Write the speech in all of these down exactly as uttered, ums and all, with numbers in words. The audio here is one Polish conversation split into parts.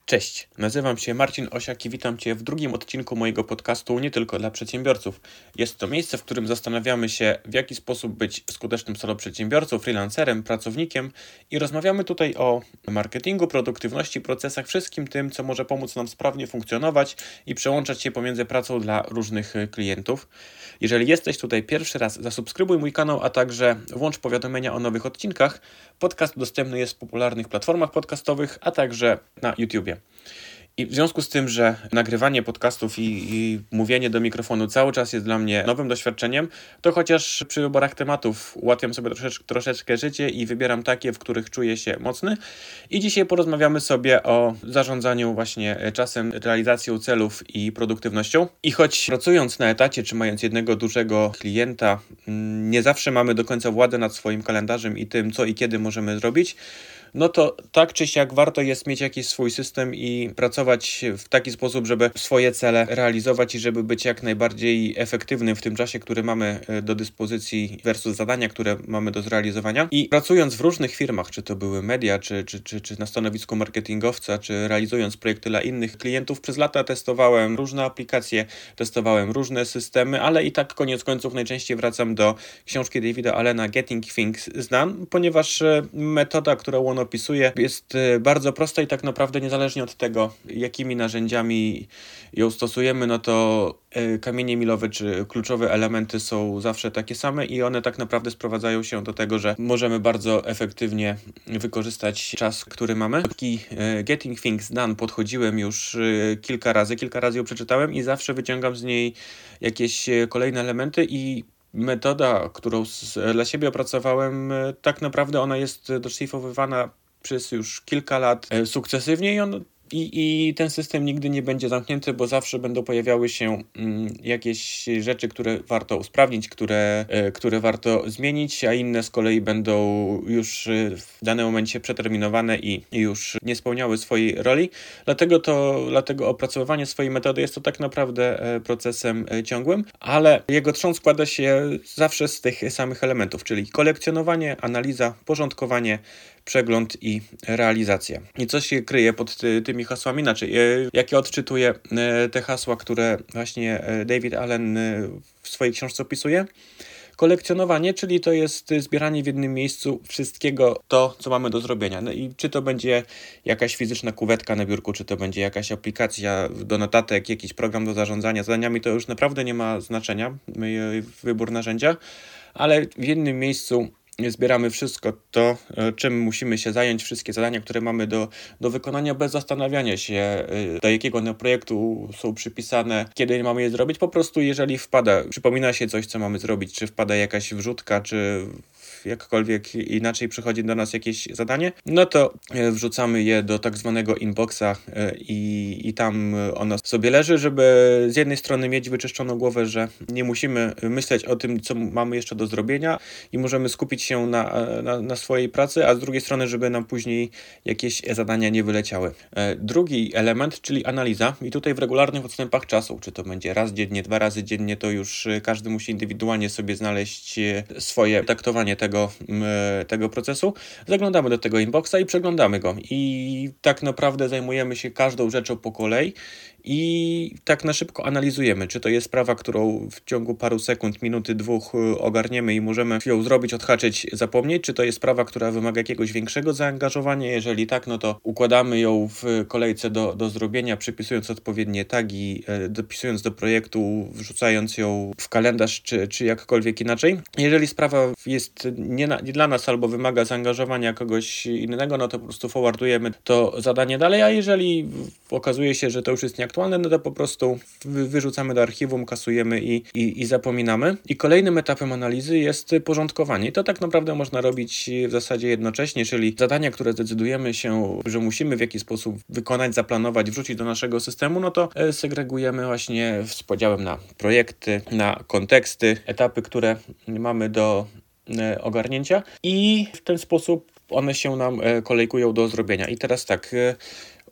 Cześć, nazywam się Marcin Osiak i witam Cię w drugim odcinku mojego podcastu Nie tylko dla przedsiębiorców. Jest to miejsce, w którym zastanawiamy się, w jaki sposób być skutecznym soloprzedsiębiorcą, freelancerem, pracownikiem i rozmawiamy tutaj o marketingu, produktywności, procesach, wszystkim tym, co może pomóc nam sprawnie funkcjonować i przełączać się pomiędzy pracą dla różnych klientów. Jeżeli jesteś tutaj pierwszy raz, zasubskrybuj mój kanał, a także włącz powiadomienia o nowych odcinkach. Podcast dostępny jest w popularnych platformach podcastowych, a także na YouTubie. I w związku z tym, że nagrywanie podcastów i, i mówienie do mikrofonu cały czas jest dla mnie nowym doświadczeniem, to chociaż przy wyborach tematów ułatwiam sobie troszeczkę, troszeczkę życie i wybieram takie, w których czuję się mocny. I dzisiaj porozmawiamy sobie o zarządzaniu właśnie czasem, realizacją celów i produktywnością. I choć pracując na etacie, czy mając jednego dużego klienta, nie zawsze mamy do końca władzę nad swoim kalendarzem i tym, co i kiedy możemy zrobić, no to tak czy siak warto jest mieć jakiś swój system i pracować w taki sposób, żeby swoje cele realizować i żeby być jak najbardziej efektywnym w tym czasie, który mamy do dyspozycji versus zadania, które mamy do zrealizowania. I pracując w różnych firmach, czy to były media, czy, czy, czy, czy na stanowisku marketingowca, czy realizując projekty dla innych klientów, przez lata testowałem różne aplikacje, testowałem różne systemy, ale i tak koniec końców najczęściej wracam do książki Davida Allena Getting Things Done, ponieważ metoda, którą on opisuje, jest bardzo prosta i tak naprawdę niezależnie od tego, jakimi narzędziami ją stosujemy, no to kamienie milowe czy kluczowe elementy są zawsze takie same i one tak naprawdę sprowadzają się do tego, że możemy bardzo efektywnie wykorzystać czas, który mamy. Taki Getting Things Done podchodziłem już kilka razy, kilka razy ją przeczytałem i zawsze wyciągam z niej jakieś kolejne elementy i metoda, którą z, dla siebie opracowałem, tak naprawdę ona jest doszlifowywana przez już kilka lat sukcesywnie i on I, I ten system nigdy nie będzie zamknięty, bo zawsze będą pojawiały się mm, jakieś rzeczy, które warto usprawnić, które, y, które warto zmienić, a inne z kolei będą już y, w danym momencie przeterminowane i, i już nie spełniały swojej roli. Dlatego to, dlatego opracowywanie swojej metody jest to tak naprawdę y, procesem y, ciągłym, ale jego trzon składa się zawsze z tych samych elementów, czyli kolekcjonowanie, analiza, porządkowanie, przegląd i realizacja. I co się kryje pod ty, tymi hasłami? Inaczej, jak ja odczytuję te hasła, które właśnie David Allen w swojej książce opisuje? Kolekcjonowanie, czyli to jest zbieranie w jednym miejscu wszystkiego to, co mamy do zrobienia. No i czy to będzie jakaś fizyczna kuwetka na biurku, czy to będzie jakaś aplikacja do notatek, jakiś program do zarządzania zadaniami, to już naprawdę nie ma znaczenia, wybór narzędzia, ale w jednym miejscu zbieramy wszystko to, czym musimy się zająć, wszystkie zadania, które mamy do, do wykonania bez zastanawiania się, do jakiego projektu są przypisane, kiedy mamy je zrobić. Po prostu jeżeli wpada, przypomina się coś, co mamy zrobić, czy wpada jakaś wrzutka, czy jakkolwiek inaczej przychodzi do nas jakieś zadanie, no to wrzucamy je do tak zwanego inboxa i, i tam ono sobie leży, żeby z jednej strony mieć wyczyszczoną głowę, że nie musimy myśleć o tym, co mamy jeszcze do zrobienia i możemy skupić się na, na, na swojej pracy, a z drugiej strony, żeby nam później jakieś zadania nie wyleciały. Drugi element, czyli analiza i tutaj w regularnych odstępach czasu, czy to będzie raz dziennie, dwa razy dziennie, to już każdy musi indywidualnie sobie znaleźć swoje traktowanie tego, tego procesu. Zaglądamy do tego inboxa i przeglądamy go i tak naprawdę zajmujemy się każdą rzeczą po kolei i tak na szybko analizujemy, czy to jest sprawa, którą w ciągu paru sekund, minuty, dwóch ogarniemy i możemy ją zrobić, odhaczyć, zapomnieć, czy to jest sprawa, która wymaga jakiegoś większego zaangażowania. Jeżeli tak, no to układamy ją w kolejce do, do zrobienia, przypisując odpowiednie tagi, dopisując do projektu, wrzucając ją w kalendarz, czy, czy jakkolwiek inaczej. Jeżeli sprawa jest nie, na, nie dla nas albo wymaga zaangażowania kogoś innego, no to po prostu forwardujemy to zadanie dalej, a jeżeli okazuje się, że to już jest nieaktualne, no to po prostu wyrzucamy do archiwum, kasujemy i, i, i zapominamy. I kolejnym etapem analizy jest porządkowanie. I to tak naprawdę można robić w zasadzie jednocześnie, czyli zadania, które zdecydujemy się, że musimy w jakiś sposób wykonać, zaplanować, wrzucić do naszego systemu, no to segregujemy właśnie z podziałem na projekty, na konteksty, etapy, które mamy do ogarnięcia i w ten sposób one się nam kolejkują do zrobienia. I teraz tak,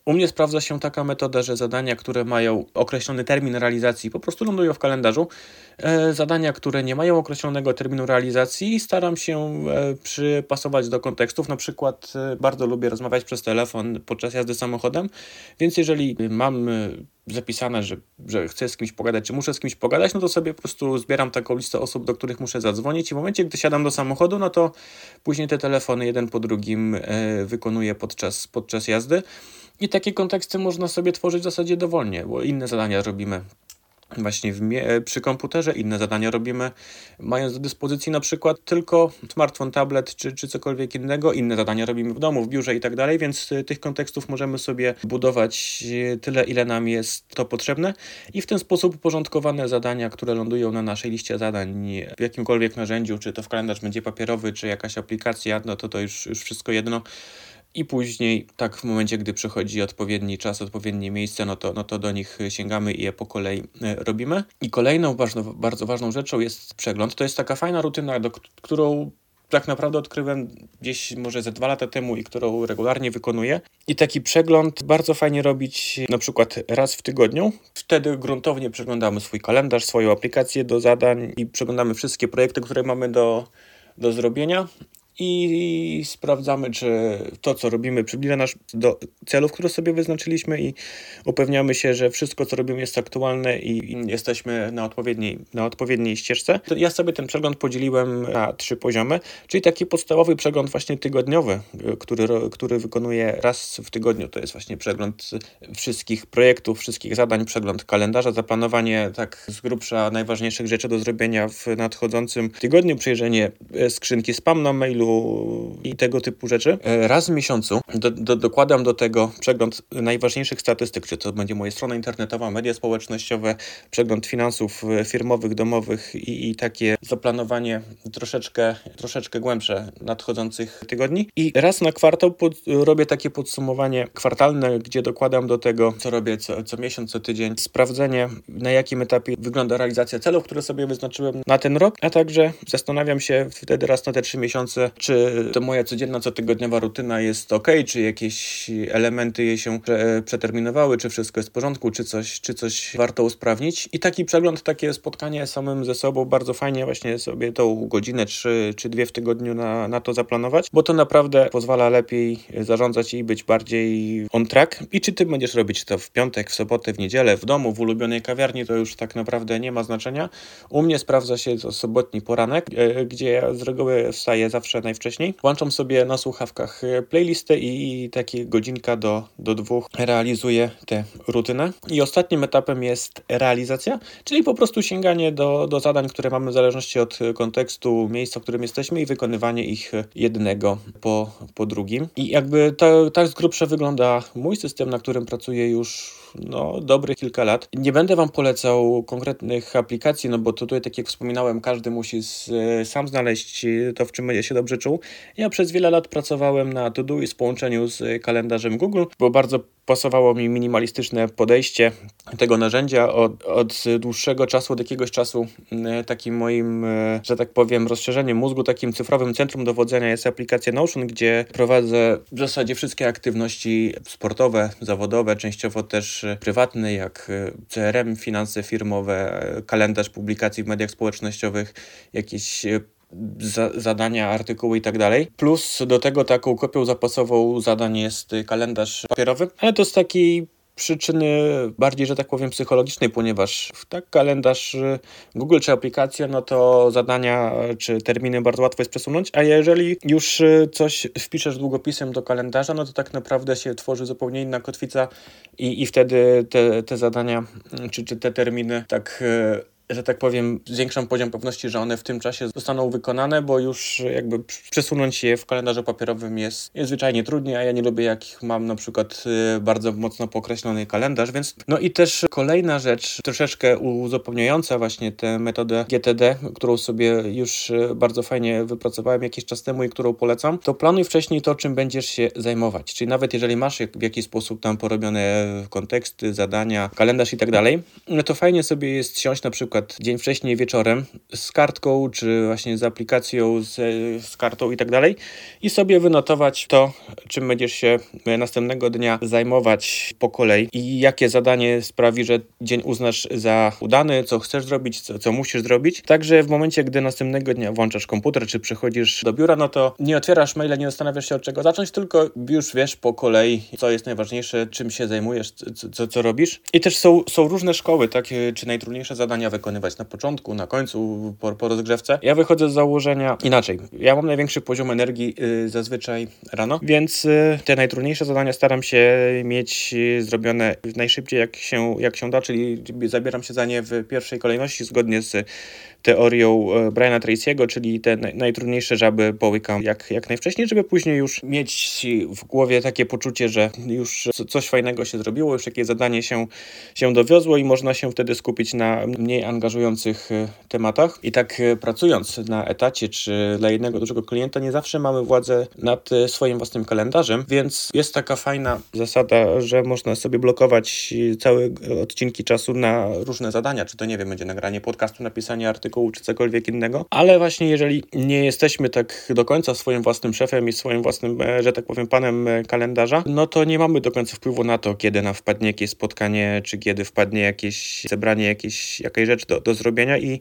U mnie sprawdza się taka metoda, że zadania, które mają określony termin realizacji, po prostu lądują w kalendarzu. E, zadania, które nie mają określonego terminu realizacji, staram się e, przypasować do kontekstów. Na przykład e, bardzo lubię rozmawiać przez telefon podczas jazdy samochodem, więc jeżeli mam e, zapisane, że, że chcę z kimś pogadać, czy muszę z kimś pogadać, no to sobie po prostu zbieram taką listę osób, do których muszę zadzwonić i w momencie, gdy siadam do samochodu, no to później te telefony jeden po drugim e, wykonuję podczas, podczas jazdy. I takie konteksty można sobie tworzyć w zasadzie dowolnie, bo inne zadania robimy właśnie w mie- przy komputerze, inne zadania robimy mając do dyspozycji na przykład tylko smartfon, tablet czy, czy cokolwiek innego, inne zadania robimy w domu, w biurze i tak dalej, więc y, tych kontekstów możemy sobie budować y, tyle, ile nam jest to potrzebne i w ten sposób uporządkowane zadania, które lądują na naszej liście zadań w jakimkolwiek narzędziu, czy to w kalendarz będzie papierowy, czy jakaś aplikacja, no to to już, już wszystko jedno. I później, tak w momencie, gdy przychodzi odpowiedni czas, odpowiednie miejsce, no to, no to do nich sięgamy i je po kolei e, robimy. I kolejną ważną, bardzo ważną rzeczą jest przegląd. To jest taka fajna rutyna, do, którą tak naprawdę odkryłem gdzieś może ze dwa lata temu i którą regularnie wykonuję. I taki przegląd bardzo fajnie robić na przykład raz w tygodniu. Wtedy gruntownie przeglądamy swój kalendarz, swoją aplikację do zadań i przeglądamy wszystkie projekty, które mamy do, do zrobienia. I sprawdzamy, czy to, co robimy, przybliża nas do celów, które sobie wyznaczyliśmy i upewniamy się, że wszystko, co robimy, jest aktualne i jesteśmy na odpowiedniej, na odpowiedniej ścieżce. Ja sobie ten przegląd podzieliłem na trzy poziomy, czyli taki podstawowy przegląd właśnie tygodniowy, który, który wykonuję raz w tygodniu. To jest właśnie przegląd wszystkich projektów, wszystkich zadań, przegląd kalendarza, zaplanowanie tak z grubsza najważniejszych rzeczy do zrobienia w nadchodzącym tygodniu, przejrzenie skrzynki spam na mailu, i tego typu rzeczy. Raz w miesiącu do, do, dokładam do tego przegląd najważniejszych statystyk, czy to będzie moja strona internetowa, media społecznościowe, przegląd finansów firmowych, domowych i, i takie zaplanowanie troszeczkę, troszeczkę głębsze nadchodzących tygodni. I raz na kwartał pod, robię takie podsumowanie kwartalne, gdzie dokładam do tego, co robię co, co miesiąc, co tydzień, sprawdzenie, na jakim etapie wygląda realizacja celów, które sobie wyznaczyłem na ten rok, a także zastanawiam się wtedy raz na te trzy miesiące, czy to moja codzienna, cotygodniowa rutyna jest ok, czy jakieś elementy jej się prze, przeterminowały, czy wszystko jest w porządku, czy coś, czy coś warto usprawnić. I taki przegląd, takie spotkanie samym ze sobą, bardzo fajnie właśnie sobie tą godzinę, czy, czy dwie w tygodniu na, na to zaplanować, bo to naprawdę pozwala lepiej zarządzać i być bardziej on track. I czy ty będziesz robić to w piątek, w sobotę, w niedzielę, w domu, w ulubionej kawiarni, to już tak naprawdę nie ma znaczenia. U mnie sprawdza się to sobotni poranek, gdzie ja z reguły wstaję zawsze najwcześniej. Włączam sobie na słuchawkach playlistę i takie godzinka do, do dwóch realizuję tę rutynę. I ostatnim etapem jest realizacja, czyli po prostu sięganie do, do zadań, które mamy w zależności od kontekstu, miejsca, w którym jesteśmy i wykonywanie ich jednego po, po drugim. I jakby to, tak z grubsza wygląda mój system, na którym pracuję już no, dobrych kilka lat. Nie będę Wam polecał konkretnych aplikacji, no bo to tutaj, tak jak wspominałem, każdy musi z, sam znaleźć to, w czym będzie się dobrze czuł. Ja przez wiele lat pracowałem na Todoist w połączeniu z kalendarzem Google, bo bardzo pasowało mi minimalistyczne podejście tego narzędzia. Od, od dłuższego czasu, od jakiegoś czasu takim moim, że tak powiem, rozszerzeniem mózgu, takim cyfrowym centrum dowodzenia jest aplikacja Notion, gdzie prowadzę w zasadzie wszystkie aktywności sportowe, zawodowe, częściowo też prywatne, jak C R M, finanse firmowe, kalendarz publikacji w mediach społecznościowych, jakieś Za, zadania, artykuły i tak dalej. Plus do tego taką kopią zapasową zadań jest kalendarz papierowy, ale to z takiej przyczyny bardziej, że tak powiem, psychologicznej, ponieważ w tak kalendarz Google czy aplikacja, no to zadania czy terminy bardzo łatwo jest przesunąć, a jeżeli już coś wpiszesz długopisem do kalendarza, no to tak naprawdę się tworzy zupełnie inna kotwica i, i wtedy te, te zadania czy, czy te terminy tak że tak powiem, zwiększam poziom pewności, że one w tym czasie zostaną wykonane, bo już jakby przesunąć je w kalendarzu papierowym jest, jest zwyczajnie trudniej, a ja nie lubię, jak mam na przykład bardzo mocno pokreślony kalendarz, więc no i też kolejna rzecz, troszeczkę uzupełniająca właśnie tę metodę G T D, którą sobie już bardzo fajnie wypracowałem jakiś czas temu i którą polecam, to planuj wcześniej to, czym będziesz się zajmować, czyli nawet jeżeli masz w jakiś sposób tam porobione konteksty, zadania, kalendarz i tak dalej, no to fajnie sobie jest siąść na przykład przykład dzień wcześniej wieczorem z kartką, czy właśnie z aplikacją, z, z kartą i tak dalej i sobie wynotować to, czym będziesz się następnego dnia zajmować po kolei i jakie zadanie sprawi, że dzień uznasz za udany, co chcesz zrobić, co, co musisz zrobić. Także w momencie, gdy następnego dnia włączasz komputer, czy przychodzisz do biura, no to nie otwierasz maila, nie zastanawiasz się od czego zacząć, tylko już wiesz po kolei, co jest najważniejsze, czym się zajmujesz, co, co, co robisz. I też są, są różne szkoły, tak, czy najtrudniejsze zadania wykonywać na początku, na końcu, po, po rozgrzewce. Ja wychodzę z założenia inaczej. Ja mam największy poziom energii y, zazwyczaj rano, więc y, te najtrudniejsze zadania staram się mieć y, zrobione najszybciej jak się, jak się da, czyli zabieram się za nie w pierwszej kolejności zgodnie z teorią Briana Tracy'ego, czyli te najtrudniejsze żaby połykam jak, jak najwcześniej, żeby później już mieć w głowie takie poczucie, że już coś fajnego się zrobiło, już jakieś zadanie się, się dowiozło i można się wtedy skupić na mniej angażujących tematach. I tak pracując na etacie czy dla jednego dużego klienta, nie zawsze mamy władzę nad swoim własnym kalendarzem, więc jest taka fajna zasada, że można sobie blokować całe odcinki czasu na różne zadania, czy to nie wiem, będzie nagranie podcastu, napisanie artykułu, czy cokolwiek innego, ale właśnie jeżeli nie jesteśmy tak do końca swoim własnym szefem i swoim własnym, że tak powiem, panem kalendarza, no to nie mamy do końca wpływu na to, kiedy nam wpadnie jakieś spotkanie, czy kiedy wpadnie jakieś zebranie, jakieś, jakaś rzecz do, do zrobienia i,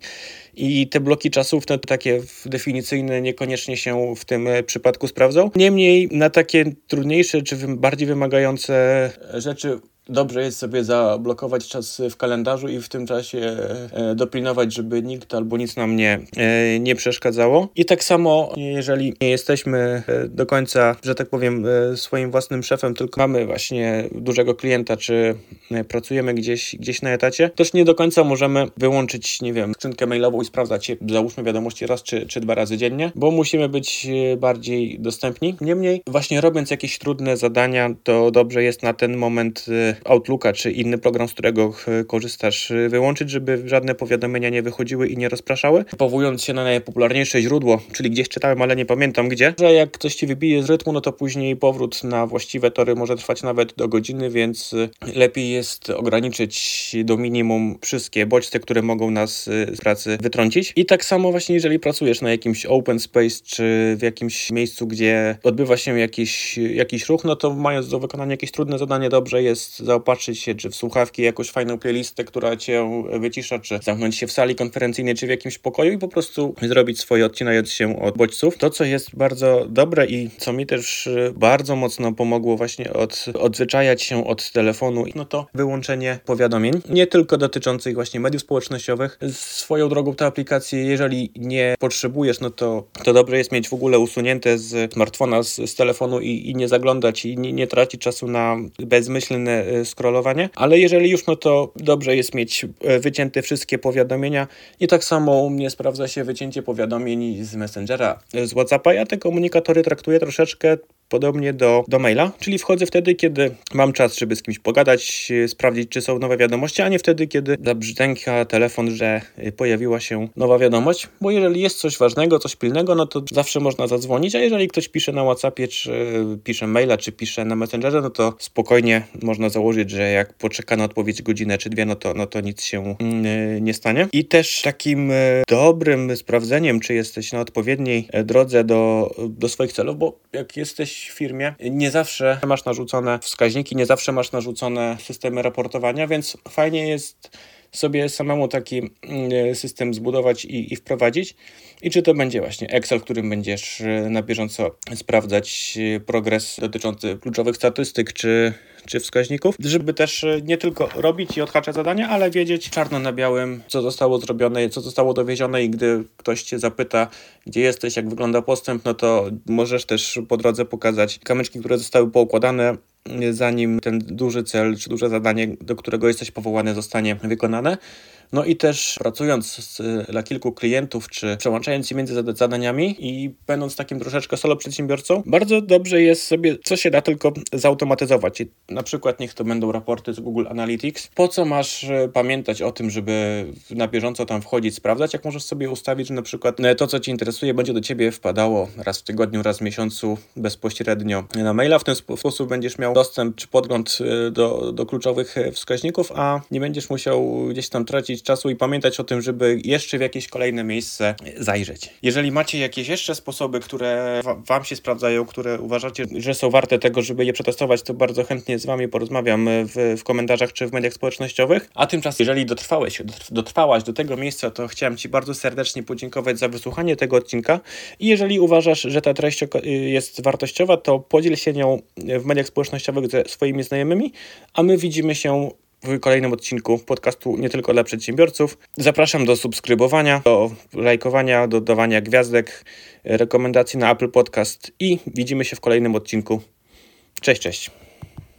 i te bloki czasu wtedy takie definicyjne niekoniecznie się w tym przypadku sprawdzą. Niemniej na takie trudniejsze, czy bardziej wymagające rzeczy dobrze jest sobie zablokować czas w kalendarzu i w tym czasie e, dopilnować, żeby nikt albo nic nam nie, e, nie przeszkadzało. I tak samo, jeżeli nie jesteśmy e, do końca, że tak powiem, e, swoim własnym szefem, tylko mamy właśnie dużego klienta, czy e, pracujemy gdzieś, gdzieś na etacie, też nie do końca możemy wyłączyć, nie wiem, skrzynkę mailową i sprawdzać, załóżmy wiadomości raz czy, czy dwa razy dziennie, bo musimy być bardziej dostępni. Niemniej, właśnie robiąc jakieś trudne zadania, to dobrze jest na ten moment e, Outlooka czy inny program, z którego korzystasz, wyłączyć, żeby żadne powiadomienia nie wychodziły i nie rozpraszały. Powołując się na najpopularniejsze źródło, czyli gdzieś czytałem, ale nie pamiętam gdzie, że jak coś ci wybije z rytmu, no to później powrót na właściwe tory może trwać nawet do godziny, więc lepiej jest ograniczyć do minimum wszystkie bodźce, które mogą nas z pracy wytrącić. I tak samo właśnie jeżeli pracujesz na jakimś open space, czy w jakimś miejscu, gdzie odbywa się jakiś, jakiś ruch, no to mając do wykonania jakieś trudne zadanie, dobrze jest zaopatrzyć się, czy w słuchawki, jakąś fajną playlistę, która cię wycisza, czy zamknąć się w sali konferencyjnej, czy w jakimś pokoju i po prostu zrobić swoje, odcinając się od bodźców. To, co jest bardzo dobre i co mi też bardzo mocno pomogło właśnie od, odzwyczajać się od telefonu, no to wyłączenie powiadomień, nie tylko dotyczących właśnie mediów społecznościowych. Swoją drogą te aplikacje, jeżeli nie potrzebujesz, no to, to dobrze jest mieć w ogóle usunięte z smartfona, z, z telefonu i, i nie zaglądać i nie, nie tracić czasu na bezmyślne scrollowanie, ale jeżeli już, no to dobrze jest mieć wycięte wszystkie powiadomienia i tak samo u mnie sprawdza się wycięcie powiadomień z Messengera, z WhatsAppa. Ja te komunikatory traktuję troszeczkę podobnie do, do maila, czyli wchodzę wtedy, kiedy mam czas, żeby z kimś pogadać, sprawdzić, czy są nowe wiadomości, a nie wtedy, kiedy zabrzdęka telefon, że pojawiła się nowa wiadomość, bo jeżeli jest coś ważnego, coś pilnego, no to zawsze można zadzwonić, a jeżeli ktoś pisze na WhatsAppie, czy pisze maila, czy pisze na Messengerze, no to spokojnie można założyć, że jak poczeka na odpowiedź godzinę czy dwie, no to, no to nic się yy, nie stanie. I też takim yy, dobrym sprawdzeniem, czy jesteś na odpowiedniej drodze do, do swoich celów, bo jak jesteś w firmie, nie zawsze masz narzucone wskaźniki, nie zawsze masz narzucone systemy raportowania, więc fajnie jest sobie samemu taki system zbudować i, i wprowadzić. I czy to będzie właśnie Excel, w którym będziesz na bieżąco sprawdzać progres dotyczący kluczowych statystyk czy, czy wskaźników, żeby też nie tylko robić i odhaczać zadania, ale wiedzieć czarno na białym, co zostało zrobione, co zostało dowiezione i gdy ktoś cię zapyta, gdzie jesteś, jak wygląda postęp, no to możesz też po drodze pokazać kamyczki, które zostały poukładane, zanim ten duży cel czy duże zadanie, do którego jesteś powołany, zostanie wykonane. No i też pracując z, dla kilku klientów, czy przełączając się między zadaniami i będąc takim troszeczkę solo przedsiębiorcą, bardzo dobrze jest sobie, co się da tylko zautomatyzować. I na przykład niech to będą raporty z Google Analytics. Po co masz pamiętać o tym, żeby na bieżąco tam wchodzić, sprawdzać, jak możesz sobie ustawić, że na przykład to, co Cię interesuje, będzie do Ciebie wpadało raz w tygodniu, raz w miesiącu bezpośrednio na maila. W ten sposób będziesz miał dostęp czy podgląd do, do kluczowych wskaźników, a nie będziesz musiał gdzieś tam tracić tracić czasu i pamiętać o tym, żeby jeszcze w jakieś kolejne miejsce zajrzeć. Jeżeli macie jakieś jeszcze sposoby, które Wam się sprawdzają, które uważacie, że są warte tego, żeby je przetestować, to bardzo chętnie z Wami porozmawiam w, w komentarzach czy w mediach społecznościowych. A tymczasem, jeżeli dotrwałeś, dotrwałaś do tego miejsca, to chciałem Ci bardzo serdecznie podziękować za wysłuchanie tego odcinka i jeżeli uważasz, że ta treść jest wartościowa, to podziel się nią w mediach społecznościowych ze swoimi znajomymi, a my widzimy się w kolejnym odcinku podcastu Nie Tylko Dla Przedsiębiorców. Zapraszam do subskrybowania, do lajkowania, do dawania gwiazdek, rekomendacji na Apple Podcast i widzimy się w kolejnym odcinku. Cześć, cześć.